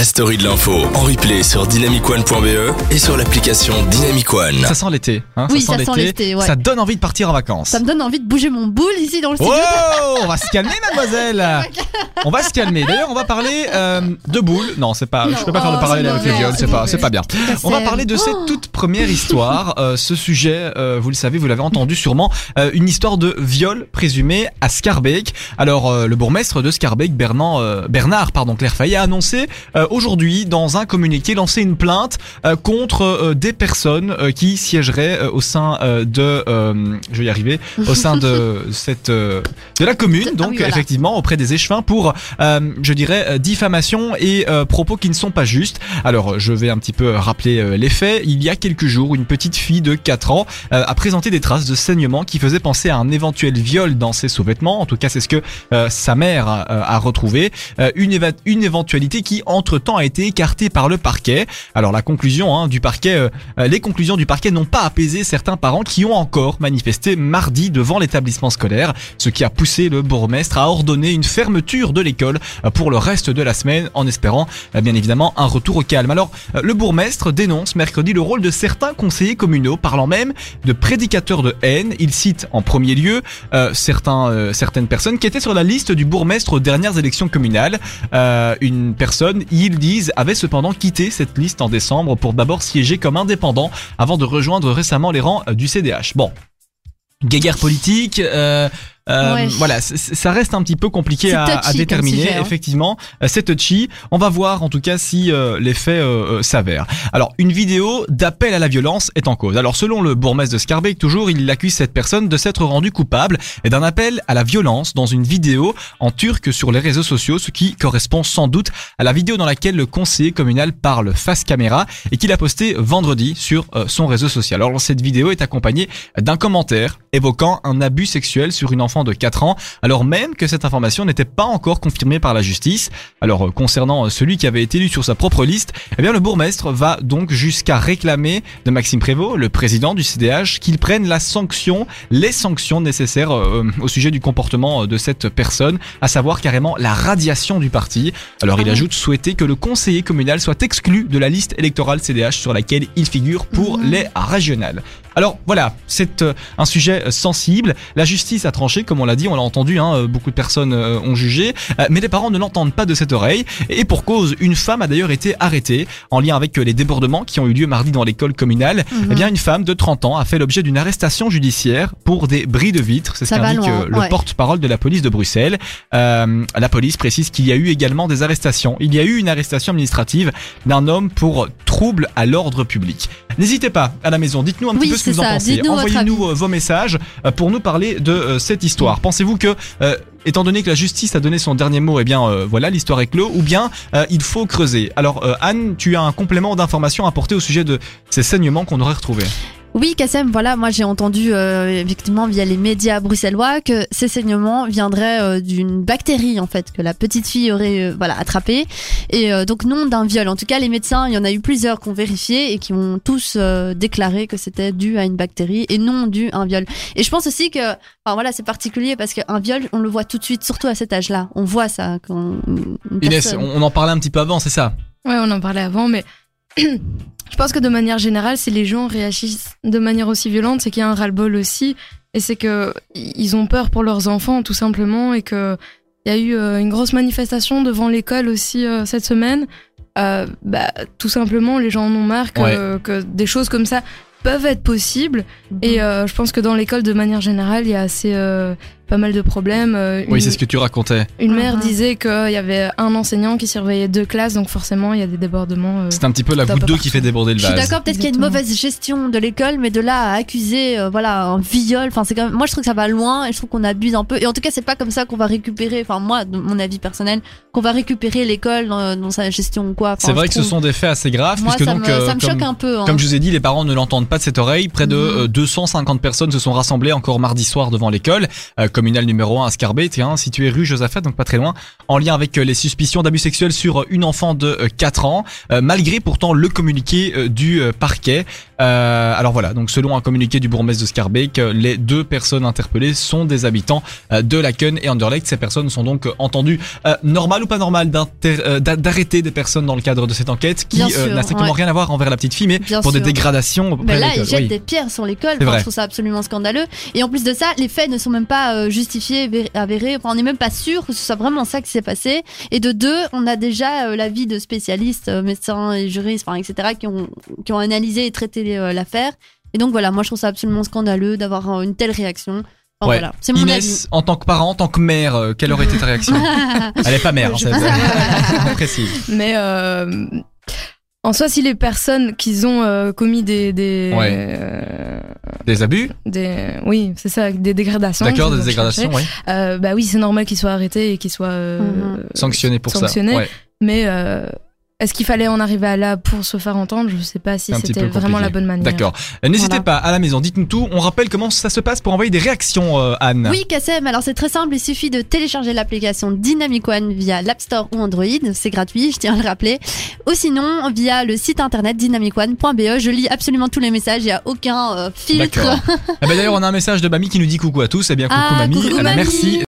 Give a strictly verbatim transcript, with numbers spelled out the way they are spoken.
La story de l'info en replay sur dynamic one point b e et sur l'application Dynamic One. Ça sent l'été, hein, Oui, ça sent ça sent l'été. l'été, ouais. Ça donne envie de partir en vacances. Ça me donne envie de bouger mon boule ici dans le studio. Oh, on va se calmer, mademoiselle. On va se calmer. D'ailleurs, on va parler euh, de boules. Non, c'est pas. Non. Je peux pas faire Oh, de parallèle c'est avec les mauvais, viols. c'est C'est pas. mauvais. C'est pas bien. On va parler de cette Oh. toute première histoire. Euh, ce sujet, euh, vous le savez, vous l'avez entendu sûrement, euh, une histoire de viol présumé à Schaerbeek. Alors, euh, le bourgmestre de Schaerbeek, Bernard, euh, Bernard, pardon, Clairefaillet, a annoncé euh, aujourd'hui dans un communiqué lancer une plainte euh, contre euh, des personnes euh, qui siégeraient euh, au sein euh, de, euh, je vais y arriver, au sein de cette, euh, de la commune, Ah donc oui, voilà. effectivement auprès des échevins pour, euh, je dirais, euh, diffamation et euh, propos qui ne sont pas justes. Alors, je vais un petit peu rappeler euh, les faits. Il y a quelques jours, une petite fille de quatre ans euh, a présenté des traces de saignement qui faisaient penser à un éventuel viol dans ses sous-vêtements. En tout cas, c'est ce que euh, sa mère a, a retrouvé. Euh, une, éva- une éventualité qui, entre-temps, a été écartée par le parquet. Alors, la conclusion hein, du parquet, euh, euh, les conclusions du parquet n'ont pas apaisé certains parents qui ont encore manifesté mardi devant l'établissement scolaire, ce qui a poussé le bourgmestre à ordonner une fermeture de l'école euh, pour le reste de la semaine, en espérant euh, bien évidemment un retour au calme. Alors, euh, le bourgmestre dénonce mercredi le rôle de certains conseillers communaux, parlant même de prédicateurs de haine. Il cite en premier lieu euh, certains, euh, certaines personnes qui étaient sur la liste du bourgmestre aux dernières élections communales. Euh, une personne, ils disent, avait cependant quitté cette liste en décembre pour d'abord siéger comme indépendant avant de rejoindre récemment les rangs euh, du C D H. Bon, guéguerre politique. Euh, Euh, Ouais. Voilà, c- c- ça reste un petit peu compliqué C'est à, touchy à comme déterminer. sujet, hein. Effectivement, euh, c'est touchy. On va voir en tout cas si euh, les faits euh, euh, s'avèrent. Alors, une vidéo d'appel à la violence est en cause. Alors, selon le bourgmestre de Schaerbeek, toujours, il accuse cette personne de s'être rendue coupable et d'un appel à la violence dans une vidéo en turc sur les réseaux sociaux, ce qui correspond sans doute à la vidéo dans laquelle le conseiller communal parle face caméra et qu'il a posté vendredi sur euh, son réseau social. Alors, cette vidéo est accompagnée d'un commentaire évoquant un abus sexuel sur une enfant de quatre ans, alors même que cette information n'était pas encore confirmée par la justice. Alors, euh, concernant celui qui avait été élu sur sa propre liste, eh bien, le bourgmestre va donc jusqu'à réclamer de Maxime Prévost, le président du C D H, qu'il prenne la sanction, les sanctions nécessaires euh, au sujet du comportement de cette personne, à savoir carrément la radiation du parti. Alors, il Ah. ajoute souhaiter que le conseiller communal soit exclu de la liste électorale C D H sur laquelle il figure pour Mhm. les régionales. Alors voilà, c'est euh, un sujet euh, sensible. La justice a tranché, comme on l'a dit, on l'a entendu, hein, euh, beaucoup de personnes euh, ont jugé, euh, mais les parents ne l'entendent pas de cette oreille. Et pour cause, une femme a d'ailleurs été arrêtée en lien avec euh, les débordements qui ont eu lieu mardi dans l'école communale. Mhm. Eh bien, une femme de trente ans a fait l'objet d'une arrestation judiciaire pour des bris de vitres. C'est ce Ça va qu'indique loin, euh, le ouais. porte-parole de la police de Bruxelles. Euh, la police précise qu'il y a eu également des arrestations. Il y a eu une arrestation administrative d'un homme pour trouble à l'ordre public. N'hésitez pas à la maison, dites-nous un petit Oui, peu ce que c'est vous en ça, pensez. dites-nous votre Envoyez-nous euh, vos messages euh, pour nous parler de euh, cette histoire. Pensez-vous que, euh, étant donné que la justice a donné son dernier mot, eh bien euh, voilà, l'histoire est clos, ou bien euh, il faut creuser. Alors euh, Anne, tu as un complément d'information à apporter au sujet de ces saignements qu'on aurait retrouvés. Oui, Kassem, voilà, moi j'ai entendu euh, effectivement via les médias bruxellois que ces saignements viendraient euh, d'une bactérie en fait que la petite fille aurait euh, voilà attrapé et euh, donc non d'un viol. En tout cas, les médecins, il y en a eu plusieurs qui ont vérifié et qui ont tous euh, déclaré que c'était dû à une bactérie et non dû à un viol. Et je pense aussi que, enfin voilà, c'est particulier parce qu'un viol, on le voit tout de suite, surtout à cet âge-là. On voit ça quand une Inès, personne- on, on en parlait un petit peu avant, c'est ça? Ouais, on en parlait avant, mais je pense que de manière générale, si les gens réagissent de manière aussi violente, c'est qu'il y a un ras-le-bol aussi, et c'est que ils ont peur pour leurs enfants, tout simplement, et que il y a eu euh, une grosse manifestation devant l'école aussi euh, cette semaine. Euh, bah, tout simplement, les gens en ont marre que, Ouais. que des choses comme ça peuvent être possibles, et euh, je pense que dans l'école, de manière générale, il y a assez euh, pas mal de problèmes. Euh, Oui, une- c'est ce que tu racontais. Une mère Mhm. disait qu'il y avait un enseignant qui surveillait deux classes, donc forcément il y a des débordements. euh. C'est un petit peu la Un goutte peu d'eau qui partout. fait déborder le Je suis vase. d'accord, peut-être qu'il y a une Exactement. mauvaise gestion de l'école, mais de là à accuser, euh, voilà, un viol, enfin c'est quand même, moi je trouve que ça va loin et je trouve qu'on abuse un peu. Et en tout cas, c'est pas comme ça qu'on va récupérer, enfin moi, de mon avis personnel, qu'on va récupérer l'école dans, dans sa gestion ou quoi. Enfin, C'est vrai je que ce trouve- sont des faits assez graves, moi puisque ça, donc, me, euh, ça me comme- choque un peu. Hein. Comme je vous ai dit, les parents ne l'entendent pas de cette oreille. Près de Mhm. euh, deux cent cinquante personnes se sont rassemblées encore mardi soir devant l'école euh, communale numéro un à Schaerbeek, hein, située rue Josaphat, donc pas très loin, en lien avec euh, les suspicions d'abus sexuels sur euh, une enfant de euh, quatre ans, euh, malgré pourtant le communiqué euh, du euh, parquet. Euh, alors voilà, donc selon un communiqué du bourgmestre de Schaerbeek, les deux personnes interpellées sont des habitants euh, de Laken et Anderlecht. Ces personnes sont donc entendues. Euh, normal ou pas normal d'inter- euh, d'arrêter des personnes dans le cadre de cette enquête qui Bien euh, sûr, n'a strictement ouais. rien à voir envers la petite fille, mais Bien pour des sûr. dégradations auprès Ben de là, l'école. ils jettent Oui. des pierres sur l'école. C'est Enfin, vrai. je trouve ça absolument scandaleux. Et en plus de ça, les faits ne sont même pas euh, justifiés, vé- avérés. Enfin, on n'est même pas sûr que ce soit vraiment ça qui s'est passé. Et de deux, on a déjà euh, l'avis de spécialistes, euh, médecins et juristes, enfin, et cetera, qui ont, qui ont analysé et traité euh, l'affaire. Et donc voilà, moi je trouve ça absolument scandaleux d'avoir euh, une telle réaction. Enfin, Ouais. voilà, c'est mon Inès, en tant que parent, en tant que mère, euh, quelle aurait été ta réaction? avis. Elle est pas mère, hein, Je- c'est Voilà. c'est précis. Mais euh, en soi, si les personnes qui ont euh, commis des des, Ouais. euh, Des abus? des oui, c'est ça, des dégradations. D'accord, c'est des ce que je cherchais. dégradations, oui. Euh, bah oui, c'est normal qu'ils soient arrêtés et qu'ils soient euh, Mhm. Sanctionné pour sanctionnés. ça. Ouais. Mais euh, est-ce qu'il fallait en arriver à là pour se faire entendre? Je sais pas si C'est un petit c'était peu vraiment compliqué. la bonne manière. D'accord. Euh, N'hésitez Voilà. pas à la maison, dites-nous tout. On rappelle comment ça se passe pour envoyer des réactions, euh, Anne. Oui, Kassem, alors c'est très simple, il suffit de télécharger l'application Dynamic One via l'App Store ou Android, c'est gratuit, je tiens à le rappeler. Ou sinon, via le site internet dynamic one point b e, je lis absolument tous les messages, il n'y a aucun euh, filtre. D'accord. Eh ben, d'ailleurs, on a un message de Mamie qui nous dit coucou à tous. Eh bien, coucou Ah, Mamie. coucou, Eh ben, Mamie. merci.